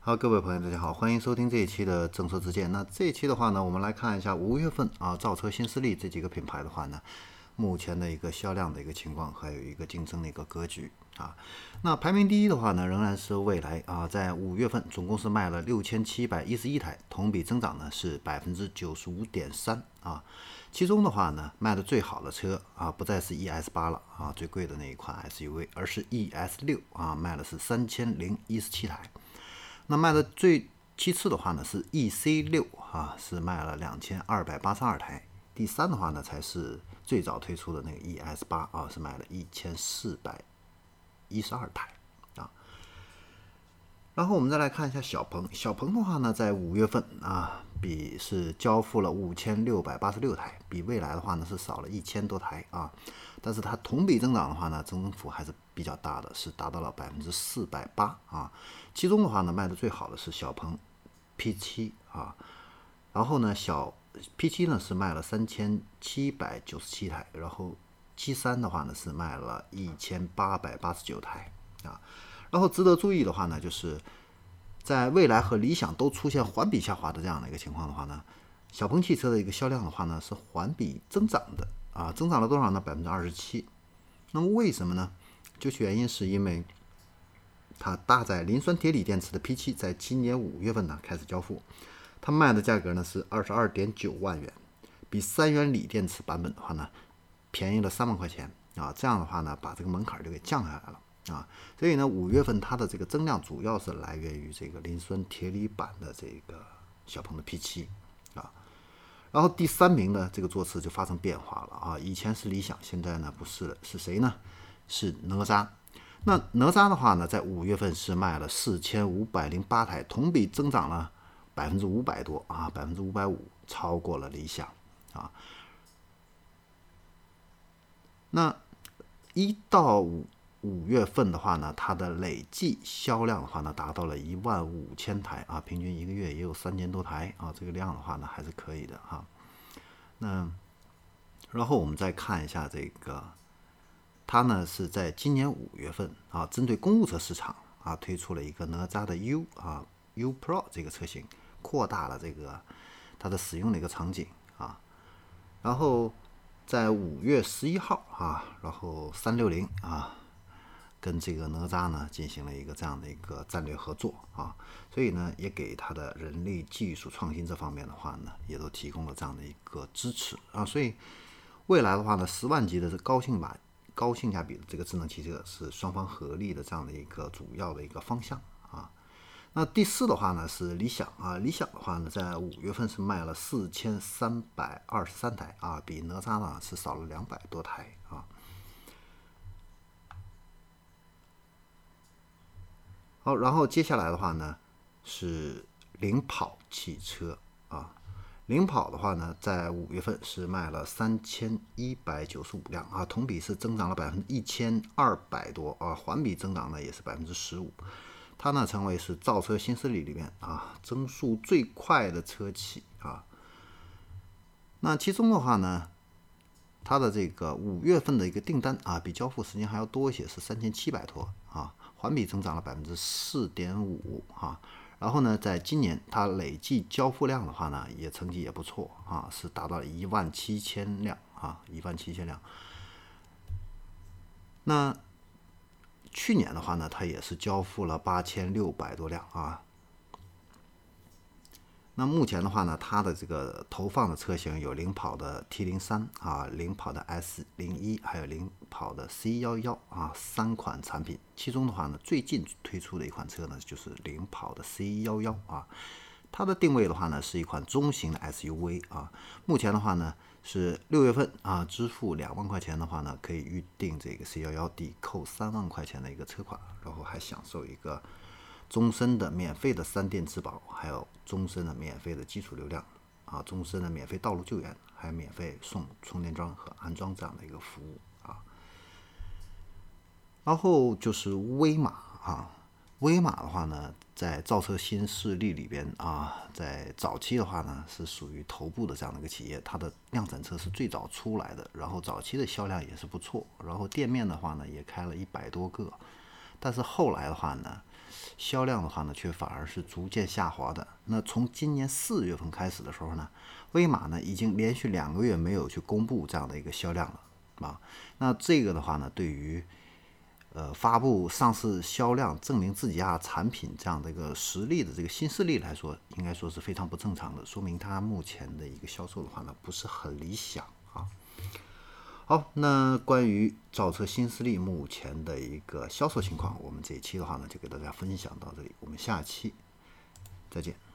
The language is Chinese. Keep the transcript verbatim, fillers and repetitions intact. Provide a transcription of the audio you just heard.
好，各位朋友，大家好，欢迎收听这一期的正说之见。那这一期的话呢，我们来看一下五月份啊，造车新势力这几个品牌的话呢，目前的一个销量的一个情况，还有一个竞争的一个格局啊。那排名第一的话呢，仍然是蔚来啊，在五月份总共是卖了六千七百一十一台，同比增长呢是百分之九十五点三啊。其中的话呢，卖的最好的车啊，不再是 E S 八了啊，最贵的那一款 S U V， 而是 E S 六啊，卖的是三千零一十七台。那卖的最其次的话呢是 E C 六啊，是卖了两千二百八十二台。第三的话呢才是最早推出的那个 E S 八啊，是卖了一千四百一十二台啊。然后我们再来看一下小鹏，小鹏的话呢，在五月份啊，比是交付了五千六百八十六台，比蔚来的话呢是少了一千多台啊。但是它同比增长的话呢，增幅还是比较大的，是达到了百分之四百八啊。其中的话呢，卖的最好的是小鹏 P 七啊，然后呢，小 P 七呢是卖了三千七百九十七台，然后 G 三的话呢是卖了一千八百八十九台啊。然后值得注意的话呢，就是在蔚来和理想都出现环比下滑的这样的一个情况的话呢，小鹏汽车的一个销量的话呢是环比增长的啊，增长了多少呢？百分之二十七。那么为什么呢？就是原因是因为它搭载磷酸铁锂电池的 P 七 在今年五月份呢开始交付，它卖的价格呢是二十二点九万元，比三元锂电池版本的话呢便宜了三万块钱啊。这样的话呢，把这个门槛就给降下来了啊。所以呢，五月份它的这个增量主要是来源于这个磷酸铁锂版的这个小鹏的 P 七 啊。然后第三名的这个座次就发生变化了啊，以前是理想，现在呢不是了，是谁呢？是哪吒。那哪吒的话呢，在五月份是卖了四千五百零八台，同比增长了百分之五百多啊，百分之五百五，超过了理想啊。那一到五五月份的话呢，它的累计销量的话呢，达到了一万五千台啊，平均一个月也有三千多台啊，这个量的话呢还是可以的哈。那然后我们再看一下这个。它呢是在今年五月份啊，针对公务车市场啊，推出了一个哪吒的 U 啊 U Pro 这个车型，扩大了这个它的使用的一个场景啊。然后在五月十一号啊，然后三六零啊跟这个哪吒呢进行了一个这样的一个战略合作啊，所以呢也给它的人力技术创新这方面的话呢，也都提供了这样的一个支持啊。所以未来的话呢，十万级的这高性码。高性价比的这个智能汽车是双方合力的这样的一个主要的一个方向啊。那第四的话呢是理想啊，理想的话呢在五月份是卖了四千三百二十三台啊，比哪吒呢是少了两百多台啊。好，然后接下来的话呢是领跑汽车啊。领跑的话呢，在五月份是卖了三千一百九十五辆啊，同比是增长了百分之一千二百多啊，环比增长呢也是百分之十五。它呢成为是造车新势力里面啊增速最快的车企啊。那其中的话呢，它的这个五月份的一个订单啊，比交付时间还要多一些，是三千七百多啊，环比增长了百分之四点五啊。然后呢，在今年它累计交付量的话呢，也成绩也不错啊，是达到一万七千辆啊，一万七千辆。那去年的话呢，它也是交付了八千六百多辆啊。那目前的话呢，它的这个投放的车型有领跑的 T 零三 啊，领跑的 S 零一，还有领跑的 C 一一啊，三款产品。其中的话呢，最近推出的一款车呢，就是领跑的 C 一一一啊。它的定位的话呢，是一款中型的 S U V 啊。目前的话呢，是六月份啊，支付两万块钱的话呢，可以预定这个 C 一一，抵扣三万块钱的一个车款，然后还享受一个终身的免费的三电质保，还有终身的免费的基础流量啊，终身的免费道路救援，还有免费送充电桩和安装这样的一个服务啊。然后就是威马啊，威马的话呢，在造车新势力里边啊，在早期的话呢是属于头部的这样的一个企业，它的量产车是最早出来的，然后早期的销量也是不错，然后店面的话呢也开了一百多个，但是后来的话呢， 销量的话呢，却反而是逐渐下滑的。那从今年四月份开始的时候呢，威马呢已经连续两个月没有去公布这样的一个销量了啊。那这个的话呢，对于呃发布上市销量、证明自己家产品这样的一个实力的这个新势力来说，应该说是非常不正常的，说明它目前的一个销售的话呢，不是很理想啊。好，那关于造车新势力目前的一个销售情况，我们这一期的话呢，就给大家分享到这里，我们下期再见。